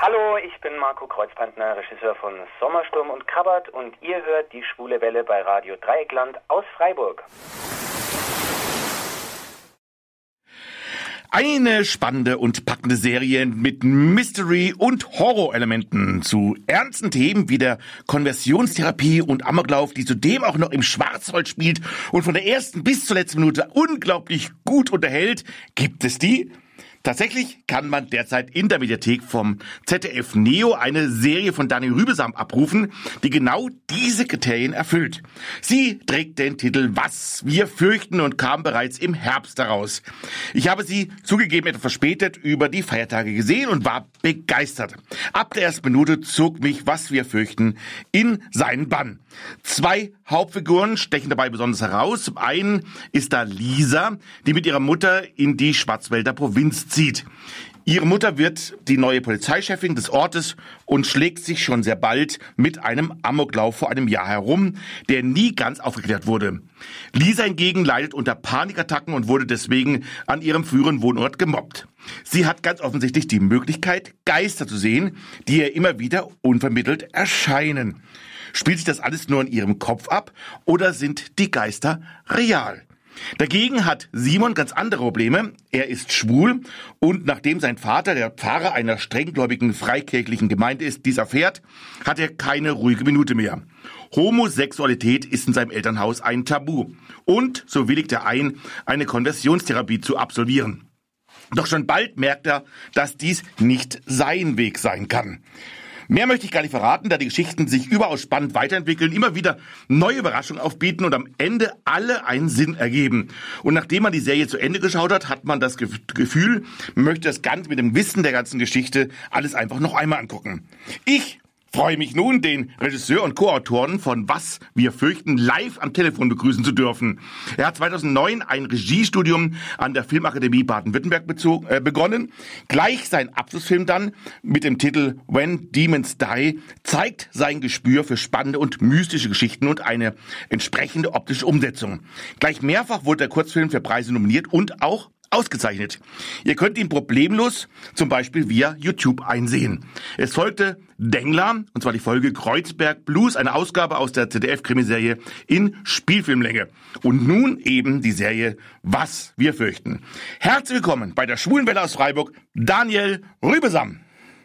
Hallo, ich bin Marco Kreuzbrandner, Regisseur von Sommersturm und Krabbert und ihr hört die Schwule Welle bei Radio Dreieckland aus Freiburg. Eine spannende und packende Serie mit Mystery- und Horrorelementen zu ernsten Themen wie der Konversionstherapie und Amoklauf, die zudem auch noch im Schwarzwald spielt und von der ersten bis zur letzten Minute unglaublich gut unterhält. Gibt es die? Tatsächlich kann man derzeit in der Mediathek vom ZDF Neo eine Serie von Daniel Rübesam abrufen, die genau diese Kriterien erfüllt. Sie trägt den Titel Was wir fürchten und kam bereits im Herbst heraus. Ich habe sie zugegeben etwas verspätet über die Feiertage gesehen und war begeistert. Ab der ersten Minute zog mich Was wir fürchten in seinen Bann. 2 Hauptfiguren stechen dabei besonders heraus. Zum einen ist da Lisa, die mit ihrer Mutter in die Schwarzwälder Provinz zieht. Ihre Mutter wird die neue Polizeichefin des Ortes und schlägt sich schon sehr bald mit einem Amoklauf vor einem Jahr herum, der nie ganz aufgeklärt wurde. Lisa hingegen leidet unter Panikattacken und wurde deswegen an ihrem früheren Wohnort gemobbt. Sie hat ganz offensichtlich die Möglichkeit, Geister zu sehen, die ihr immer wieder unvermittelt erscheinen. Spielt sich das alles nur in ihrem Kopf ab oder sind die Geister real? Dagegen hat Simon ganz andere Probleme. Er ist schwul und nachdem sein Vater der Pfarrer einer strenggläubigen freikirchlichen Gemeinde ist, dies erfährt, hat er keine ruhige Minute mehr. Homosexualität ist in seinem Elternhaus ein Tabu und so willigt er ein, eine Konversionstherapie zu absolvieren. Doch schon bald merkt er, dass dies nicht sein Weg sein kann. Mehr möchte ich gar nicht verraten, da die Geschichten sich überaus spannend weiterentwickeln, immer wieder neue Überraschungen aufbieten und am Ende alle einen Sinn ergeben. Und nachdem man die Serie zu Ende geschaut hat, hat man das Gefühl, man möchte das Ganze mit dem Wissen der ganzen Geschichte alles einfach noch einmal angucken. Ich freue mich nun, den Regisseur und Co-Autoren von Was wir fürchten live am Telefon begrüßen zu dürfen. Er hat 2009 ein Regiestudium an der Filmakademie Baden-Württemberg begonnen. Gleich sein Abschlussfilm dann mit dem Titel When Demons Die zeigt sein Gespür für spannende und mystische Geschichten und eine entsprechende optische Umsetzung. Gleich mehrfach wurde der Kurzfilm für Preise nominiert und auch ausgezeichnet. Ihr könnt ihn problemlos zum Beispiel via YouTube einsehen. Es folgte Dengler, und zwar die Folge Kreuzberg Blues, eine Ausgabe aus der ZDF-Krimiserie in Spielfilmlänge. Und nun eben die Serie Was wir fürchten. Herzlich willkommen bei der Schwulenwelle aus Freiburg, Daniel Rübesam.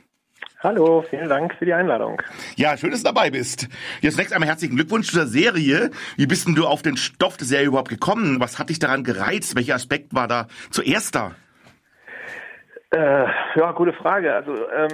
Hallo, vielen Dank für die Einladung. Ja, schön, dass du dabei bist. Jetzt zunächst einmal herzlichen Glückwunsch zu der Serie. Wie bist denn du auf den Stoff der Serie überhaupt gekommen? Was hat dich daran gereizt? Welcher Aspekt war da zuerst da? Ja, gute Frage. Also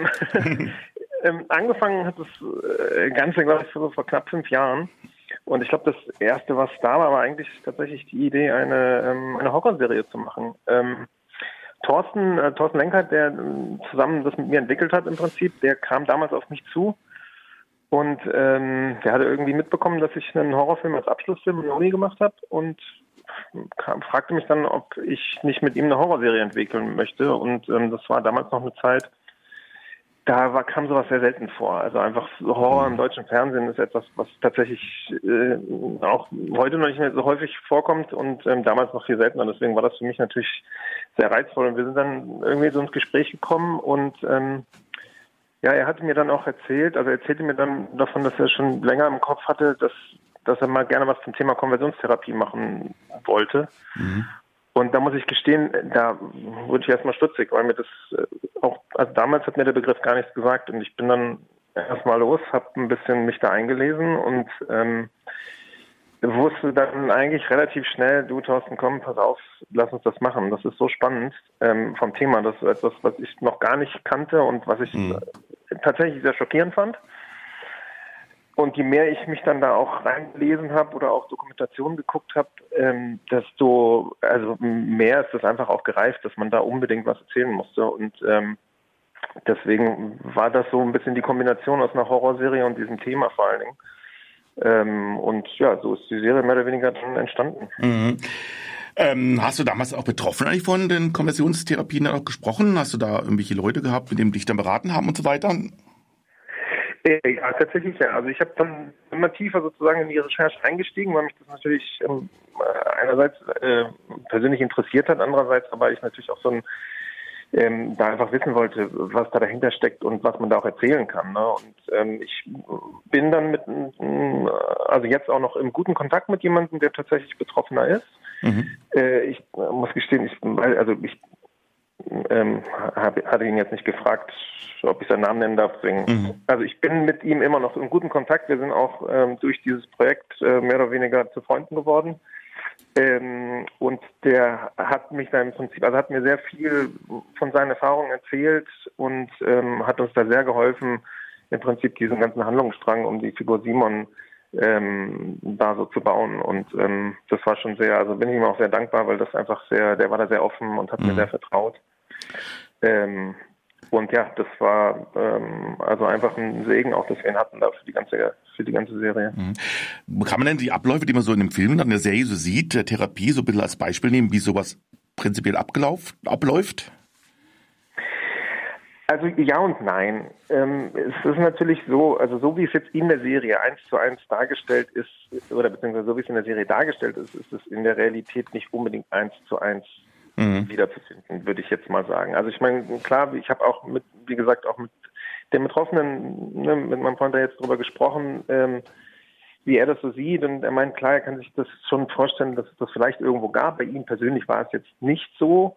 angefangen hat das Ganze, glaube ich, vor knapp 5 Jahren. Und ich glaube, das Erste, was da war eigentlich tatsächlich die Idee, eine Horrorserie zu machen. Thorsten Lenkert, der zusammen das mit mir entwickelt hat im Prinzip, der kam damals auf mich zu und der hatte irgendwie mitbekommen, dass ich einen Horrorfilm als Abschlussfilm in der Uni gemacht habe und fragte mich dann, ob ich nicht mit ihm eine Horrorserie entwickeln möchte und das war damals noch eine Zeit, kam sowas sehr selten vor. Also einfach Horror im deutschen Fernsehen ist etwas, was tatsächlich auch heute noch nicht mehr so häufig vorkommt und damals noch viel seltener. Deswegen war das für mich natürlich sehr reizvoll. Und wir sind dann irgendwie so ins Gespräch gekommen und er hatte mir dann auch erzählte mir dann davon, dass er schon länger im Kopf hatte, dass er mal gerne was zum Thema Konversionstherapie machen wollte. Mhm. Und da muss ich gestehen, da wurde ich erstmal stutzig, weil mir das also damals hat mir der Begriff gar nichts gesagt und ich bin dann erstmal los, habe ein bisschen mich da eingelesen und wusste dann eigentlich relativ schnell, du Thorsten, komm, pass auf, lass uns das machen. Das ist so spannend vom Thema. Das ist etwas, was ich noch gar nicht kannte und was ich tatsächlich sehr schockierend fand. Und je mehr ich mich dann da auch reingelesen habe oder auch Dokumentationen geguckt habe, desto mehr ist das einfach auch gereift, dass man da unbedingt was erzählen musste. Und deswegen war das so ein bisschen die Kombination aus einer Horrorserie und diesem Thema vor allen Dingen. Und ja, so ist die Serie mehr oder weniger dann entstanden. Mhm. Hast du damals auch betroffen eigentlich von den Konversionstherapien auch gesprochen? Hast du da irgendwelche Leute gehabt, mit denen dich dann beraten haben und so weiter? Ja, tatsächlich ja. Also ich habe dann immer tiefer sozusagen in die Recherche eingestiegen, weil mich das natürlich einerseits persönlich interessiert hat, andererseits aber ich natürlich auch so ein da einfach wissen wollte, was da dahinter steckt und was man da auch erzählen kann. Ne? Und ich bin dann also jetzt auch noch im guten Kontakt mit jemandem, der tatsächlich Betroffener ist. Ich muss gestehen, ich hatte ihn jetzt nicht gefragt, ob ich seinen Namen nennen darf. Also ich bin mit ihm immer noch im guten Kontakt. Wir sind auch durch dieses Projekt mehr oder weniger zu Freunden geworden. Und der hat mich da im Prinzip, also hat mir sehr viel von seinen Erfahrungen erzählt und hat uns da sehr geholfen, im Prinzip diesen ganzen Handlungsstrang um die Figur Simon da so zu bauen. Und das war schon sehr, also bin ich ihm auch sehr dankbar, weil das einfach der war da sehr offen und hat mir sehr vertraut. Und ja, das war also einfach ein Segen, auch dass wir ihn hatten da für die ganze Serie. Kann man denn die Abläufe, die man so in dem Film und in der Serie so sieht, der Therapie so ein bisschen als Beispiel nehmen, wie sowas prinzipiell abläuft? Also ja und nein. Es ist natürlich so, also so wie es jetzt in der Serie 1:1 dargestellt ist, oder beziehungsweise so wie es in der Serie dargestellt ist, ist es in der Realität nicht unbedingt 1:1 wiederzufinden, würde ich jetzt mal sagen. Also ich meine, klar, ich habe auch wie gesagt, auch mit dem Betroffenen, ne, mit meinem Freund da jetzt drüber gesprochen, wie er das so sieht. Und er meint, klar, er kann sich das schon vorstellen, dass es das vielleicht irgendwo gab. Bei ihm persönlich war es jetzt nicht so.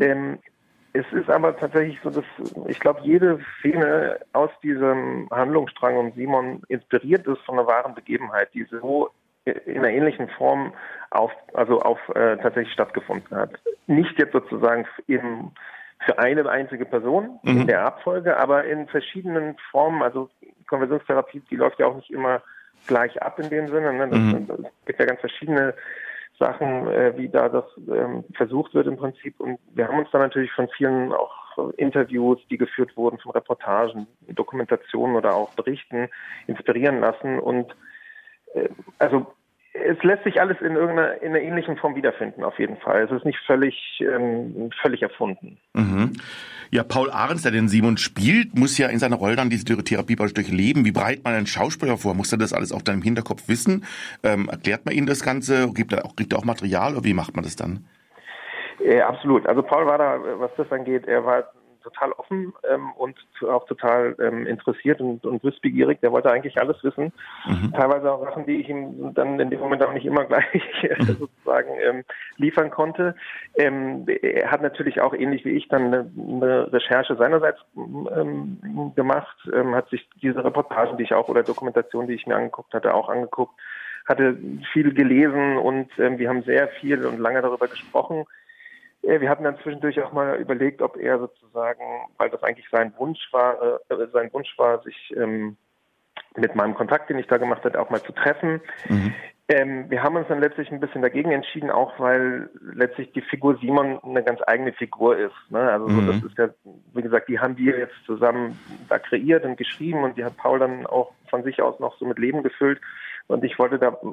Es ist aber tatsächlich so, dass ich glaube, jede Szene aus diesem Handlungsstrang um Simon inspiriert ist von einer wahren Begebenheit, die so in einer ähnlichen Form tatsächlich stattgefunden hat. Nicht jetzt sozusagen für eine einzige Person in der Abfolge, aber in verschiedenen Formen. Also Konversionstherapie, die läuft ja auch nicht immer gleich ab in dem Sinne. Ne? Es gibt ja ganz verschiedene Sachen, wie da das versucht wird im Prinzip. Und wir haben uns dann natürlich von vielen auch Interviews, die geführt wurden, von Reportagen, Dokumentationen oder auch Berichten inspirieren lassen. Und also es lässt sich alles in einer ähnlichen Form wiederfinden, auf jeden Fall. Es ist nicht völlig erfunden. Ja, Paul Ahrens, der den Simon spielt, muss ja in seiner Rolle dann diese Therapie durchleben. Wie bereitet man einen Schauspieler vor? Muss er das alles auch dann im Hinterkopf wissen? Erklärt man ihm das Ganze? Kriegt er auch Material? Oder wie macht man das dann? Absolut. Also Paul war da, was das angeht, er war total offen und auch total interessiert und wissbegierig. Der wollte eigentlich alles wissen. Teilweise auch Sachen, die ich ihm dann in dem Moment auch nicht immer gleich sozusagen liefern konnte. Er hat natürlich auch ähnlich wie ich dann eine Recherche seinerseits gemacht, hat sich diese Reportagen, die ich auch oder Dokumentationen, die ich mir angeguckt hatte, auch angeguckt, hatte viel gelesen und wir haben sehr viel und lange darüber gesprochen. Wir hatten dann zwischendurch auch mal überlegt, ob er sozusagen, weil das eigentlich sein Wunsch war, sich mit meinem Kontakt, den ich da gemacht hatte, auch mal zu treffen. Wir haben uns dann letztlich ein bisschen dagegen entschieden, auch weil letztlich die Figur Simon eine ganz eigene Figur ist. Ne? Also das ist ja, wie gesagt, die haben wir jetzt zusammen da kreiert und geschrieben und die hat Paul dann auch von sich aus noch so mit Leben gefüllt. Und ich wollte da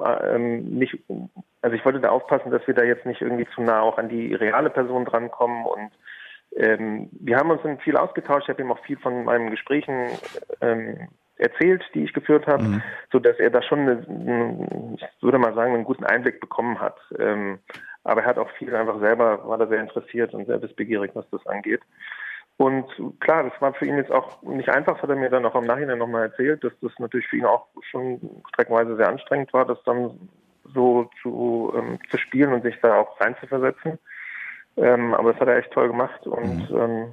ich wollte da aufpassen, dass wir da jetzt nicht irgendwie zu nah auch an die reale Person drankommen. Und wir haben uns dann viel ausgetauscht. Ich habe ihm auch viel von meinen Gesprächen erzählt, die ich geführt habe, so dass er da schon, ich würde mal sagen, einen guten Einblick bekommen hat. Aber er hat auch viel einfach selber, war da sehr interessiert und sehr wissbegierig, was das angeht. Und klar, das war für ihn jetzt auch nicht einfach, das hat er mir dann auch im Nachhinein nochmal erzählt, dass das natürlich für ihn auch schon streckenweise sehr anstrengend war, das dann so zu spielen und sich da auch reinzuversetzen. Aber das hat er echt toll gemacht und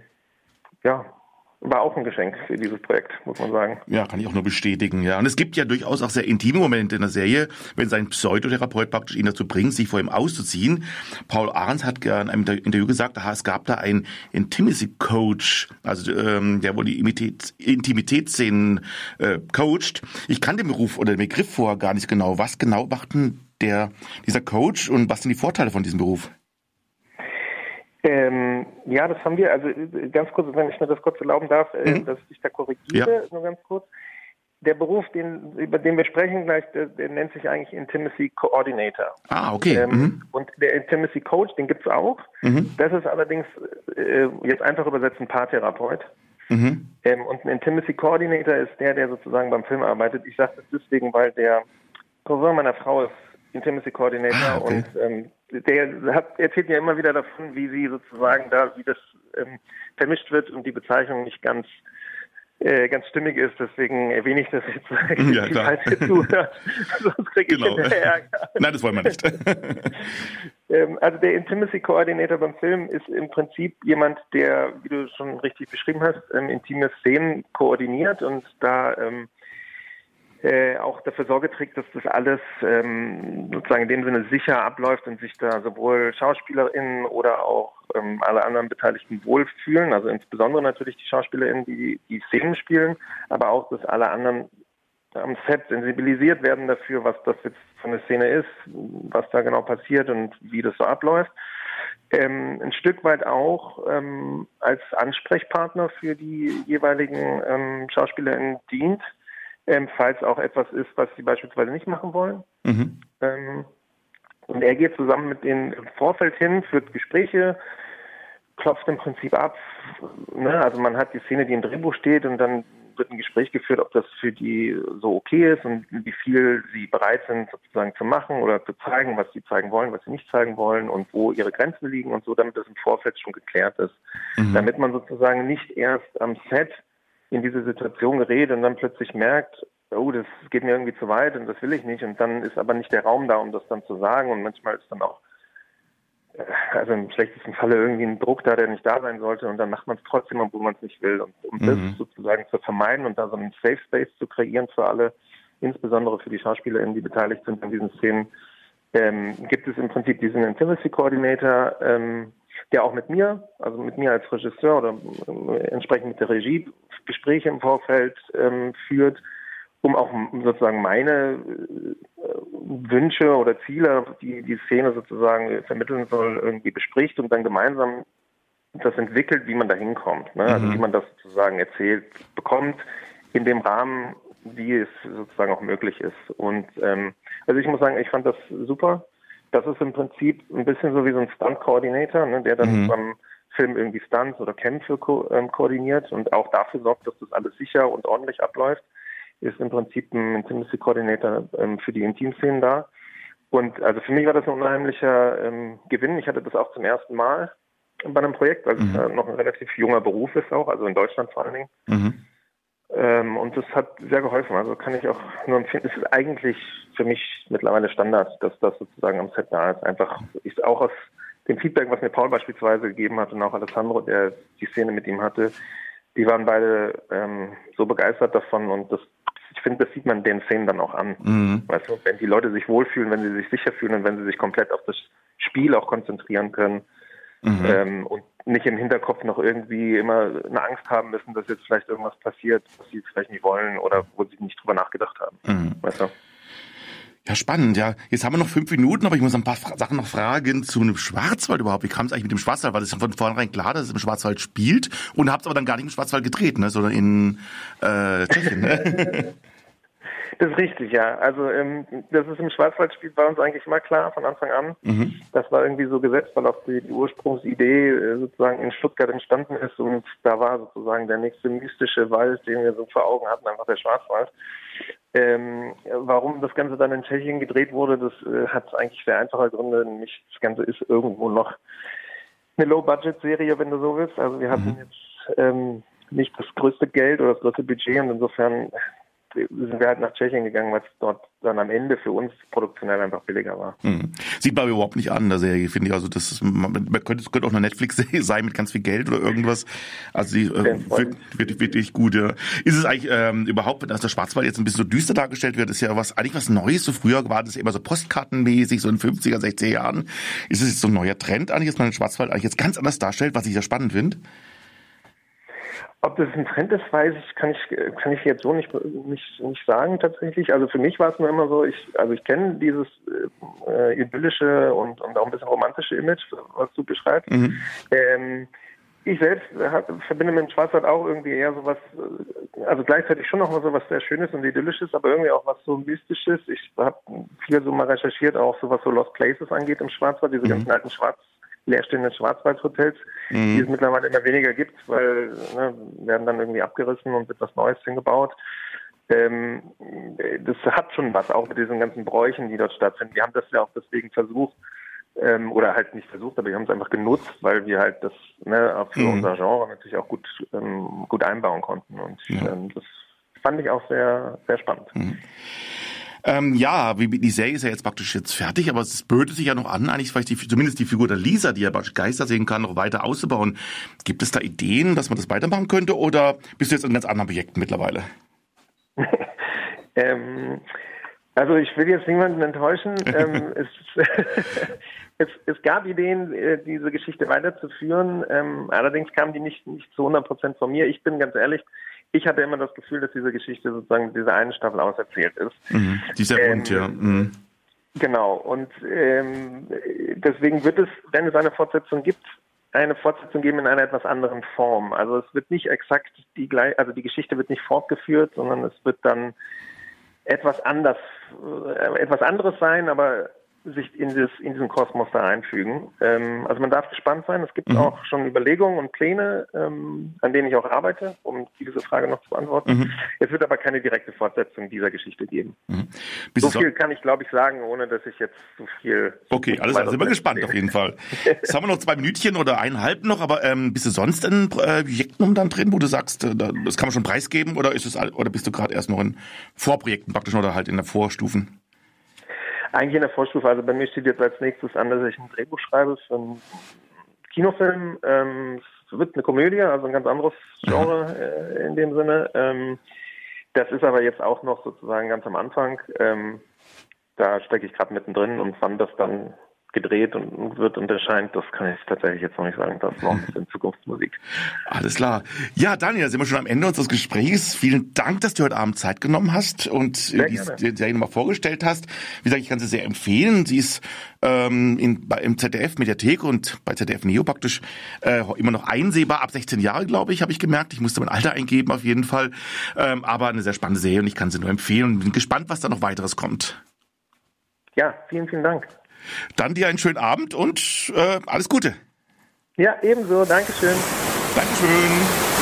war auch ein Geschenk für dieses Projekt, muss man sagen. Ja, kann ich auch nur bestätigen, ja. Und es gibt ja durchaus auch sehr intime Momente in der Serie, wenn sein Pseudotherapeut praktisch ihn dazu bringt, sich vor ihm auszuziehen. Paul Ahrens hat in einem Interview gesagt, es gab da einen Intimacy-Coach, also der wohl die Intimitätsszenen coacht. Ich kann den Beruf oder den Begriff vorher gar nicht genau. Was genau macht denn dieser Coach und was sind die Vorteile von diesem Beruf? Ja, das haben wir, also ganz kurz, wenn ich mir das kurz erlauben darf, dass ich da korrigiere, nur ganz kurz. Der Beruf, über den wir sprechen gleich, der nennt sich eigentlich Intimacy Coordinator. Ah, okay. Und der Intimacy Coach, den gibt's auch. Das ist allerdings jetzt einfach übersetzt ein Paartherapeut. Und ein Intimacy Coordinator ist der sozusagen beim Film arbeitet. Ich sage das deswegen, weil der Cousin meiner Frau ist Intimacy Coordinator, okay. und der erzählt mir immer wieder davon, wie sie sozusagen wie das vermischt wird und die Bezeichnung nicht ganz stimmig ist, deswegen erwähne ich das jetzt, ja, klar. falls ihr zuhört, sonst kriege ich Ärger. Nein, das wollen wir nicht. Also der Intimacy Coordinator beim Film ist im Prinzip jemand, der, wie du schon richtig beschrieben hast, intime Szenen koordiniert und da auch dafür Sorge trägt, dass das alles sozusagen in dem Sinne sicher abläuft und sich da sowohl SchauspielerInnen oder auch alle anderen Beteiligten wohlfühlen, also insbesondere natürlich die SchauspielerInnen, die Szenen spielen, aber auch, dass alle anderen am Set sensibilisiert werden dafür, was das jetzt für eine Szene ist, was da genau passiert und wie das so abläuft. Ein Stück weit auch als Ansprechpartner für die jeweiligen SchauspielerInnen dient, falls auch etwas ist, was sie beispielsweise nicht machen wollen. Mhm. Und er geht zusammen mit denen im Vorfeld hin, führt Gespräche, klopft im Prinzip ab. Ne? Also man hat die Szene, die im Drehbuch steht, und dann wird ein Gespräch geführt, ob das für die so okay ist und wie viel sie bereit sind sozusagen zu machen oder zu zeigen, was sie zeigen wollen, was sie nicht zeigen wollen und wo ihre Grenzen liegen und so, damit das im Vorfeld schon geklärt ist. Mhm. Damit man sozusagen nicht erst am Set in diese Situation gerät und dann plötzlich merkt, oh, das geht mir irgendwie zu weit und das will ich nicht, und dann ist aber nicht der Raum da, um das dann zu sagen, und manchmal ist dann auch, also im schlechtesten Falle irgendwie ein Druck da, der nicht da sein sollte, und dann macht man es trotzdem, obwohl man es nicht will, und um das sozusagen zu vermeiden und da so einen Safe Space zu kreieren für alle, insbesondere für die SchauspielerInnen, die beteiligt sind an diesen Szenen, gibt es im Prinzip diesen Intimacy Coordinator, der auch mit mir als Regisseur oder entsprechend mit der Regie Gespräche im Vorfeld führt, um auch sozusagen meine Wünsche oder Ziele, die die Szene sozusagen vermitteln soll, irgendwie bespricht und dann gemeinsam das entwickelt, wie man da hinkommt. Ne? Also wie man das sozusagen erzählt bekommt in dem Rahmen, wie es sozusagen auch möglich ist. Und also ich muss sagen, ich fand das super. Das ist im Prinzip ein bisschen so wie so ein Stunt-Coordinator, ne, der dann beim Film irgendwie Stunts oder Kämpfe koordiniert und auch dafür sorgt, dass das alles sicher und ordentlich abläuft. Ist im Prinzip ein Intimacy Coordinator für die Intimszenen da. Und also für mich war das ein unheimlicher Gewinn. Ich hatte das auch zum ersten Mal bei einem Projekt, weil es noch ein relativ junger Beruf ist auch, also in Deutschland vor allen Dingen. Und das hat sehr geholfen. Also kann ich auch nur empfehlen. Es ist eigentlich für mich mittlerweile Standard, dass das sozusagen am Set da ist. Einfach ist auch aus dem Feedback, was mir Paul beispielsweise gegeben hat und auch Alessandro, der die Szene mit ihm hatte, die waren beide so begeistert davon, und ich finde, das sieht man den Szenen dann auch an. Weißt du, wenn die Leute sich wohlfühlen, wenn sie sich sicher fühlen und wenn sie sich komplett auf das Spiel auch konzentrieren können und nicht im Hinterkopf noch irgendwie immer eine Angst haben müssen, dass jetzt vielleicht irgendwas passiert, was sie vielleicht nicht wollen oder wo sie nicht drüber nachgedacht haben. Weißt du? Ja, spannend, ja. Jetzt haben wir noch 5 Minuten, aber ich muss ein paar Sachen noch fragen zu einem Schwarzwald überhaupt. Wie kam es eigentlich mit dem Schwarzwald? War das von vornherein klar, dass es im Schwarzwald spielt? Und habt es aber dann gar nicht im Schwarzwald gedreht, ne? Sondern in Tschechien, ne? Das ist richtig, ja. Also, dass es im Schwarzwald spielt, war uns eigentlich immer klar von Anfang an. Das war irgendwie so gesetzt, weil auch die Ursprungsidee sozusagen in Stuttgart entstanden ist, und da war sozusagen der nächste mystische Wald, den wir so vor Augen hatten, einfach der Schwarzwald. Warum das Ganze dann in Tschechien gedreht wurde, das hat eigentlich sehr einfache Gründe. Nämlich das Ganze ist irgendwo noch eine Low-Budget-Serie, wenn du so willst. Also wir hatten jetzt nicht das größte Geld oder das größte Budget, und insofern sind wir halt nach Tschechien gegangen, weil es dort dann am Ende für uns produktionell einfach billiger war. Sieht man überhaupt nicht an, der Serie, finde ich. Also das ist, man könnte auch eine Netflix-Serie sein mit ganz viel Geld oder irgendwas. Also die wirklich gut, ja. Ist es eigentlich überhaupt, dass der Schwarzwald jetzt ein bisschen so düster dargestellt wird, ist ja eigentlich was Neues. So früher war das immer so postkartenmäßig, so in 50er, 60er Jahren. Ist es jetzt so ein neuer Trend eigentlich, dass man den Schwarzwald eigentlich jetzt ganz anders darstellt, was ich sehr spannend finde? Ob das ein Trend ist, kann ich jetzt so nicht sagen tatsächlich. Also für mich war es nur immer so, ich kenne dieses idyllische und auch ein bisschen romantische Image, was du beschreibst. Ich selbst verbinde mit dem Schwarzwald auch irgendwie eher sowas, also gleichzeitig schon noch mal sowas sehr Schönes und Idyllisches, aber irgendwie auch was so Mystisches. Ich habe viel so mal recherchiert, auch so was so Lost Places angeht im Schwarzwald, diese ganzen alten leerstehenden Schwarzwaldhotels, die es mittlerweile immer weniger gibt, weil werden dann irgendwie abgerissen und wird was Neues hingebaut. das hat schon was, auch mit diesen ganzen Bräuchen, die dort stattfinden. Wir haben das ja auch deswegen versucht, oder halt nicht versucht, aber wir haben es einfach genutzt, weil wir halt das auch für unser Genre natürlich auch gut einbauen konnten. Und das fand ich auch sehr, sehr spannend. Die Serie ist ja jetzt praktisch fertig, aber es böte sich ja noch an, eigentlich vielleicht zumindest die Figur der Lisa, die ja praktisch Geister sehen kann, noch weiter auszubauen. Gibt es da Ideen, dass man das weitermachen könnte, oder bist du jetzt in ganz anderen Projekten mittlerweile? Also ich will jetzt niemanden enttäuschen. Es gab Ideen, diese Geschichte weiterzuführen. Allerdings kamen die nicht zu 100% von mir. Ich bin ganz ehrlich, ich hatte immer das Gefühl, dass diese Geschichte sozusagen diese eine Staffel auserzählt ist. Die ist sehr bunt, ja. Genau. Und deswegen wird es, wenn es eine Fortsetzung gibt, eine Fortsetzung geben in einer etwas anderen Form. Also es wird nicht exakt die Geschichte wird nicht fortgeführt, sondern es wird dann etwas anderes sein, aber sich in diesen Kosmos da einfügen. Also man darf gespannt sein. Es gibt auch schon Überlegungen und Pläne, an denen ich auch arbeite, um diese Frage noch zu beantworten. Es wird aber keine direkte Fortsetzung dieser Geschichte geben. So viel kann ich, glaube ich, sagen, ohne dass ich jetzt so viel... Okay, alles klar. Sind wir gespannt auf jeden Fall. Jetzt haben wir noch 2 Minütchen oder 1,5 noch, aber bist du sonst in Projekten dann drin, wo du sagst, das kann man schon preisgeben, oder bist du gerade erst noch in Vorprojekten praktisch oder halt in der Vorstufen? Eigentlich in der Vorstufe. Also bei mir steht jetzt als nächstes an, dass ich ein Drehbuch schreibe für einen Kinofilm. Es wird eine Komödie, also ein ganz anderes Genre in dem Sinne. Das ist aber jetzt auch noch sozusagen ganz am Anfang. Da stecke ich gerade mittendrin, und wann das dann gedreht und wird und erscheint, das kann ich tatsächlich jetzt noch nicht sagen. Das ist noch ein bisschen Zukunftsmusik. Alles klar. Ja, Daniel, sind wir schon am Ende unseres Gesprächs. Vielen Dank, dass du heute Abend Zeit genommen hast und die Serie nochmal vorgestellt hast. Wie gesagt, ich kann sie sehr empfehlen. Sie ist im ZDF-Mediathek und bei ZDF Neo praktisch immer noch einsehbar. Ab 16 Jahre, glaube ich, habe ich gemerkt. Ich musste mein Alter eingeben auf jeden Fall. Aber eine sehr spannende Serie, und ich kann sie nur empfehlen und bin gespannt, was da noch weiteres kommt. Ja, vielen, vielen Dank. Dann dir einen schönen Abend und alles Gute. Ja, ebenso. Dankeschön. Dankeschön.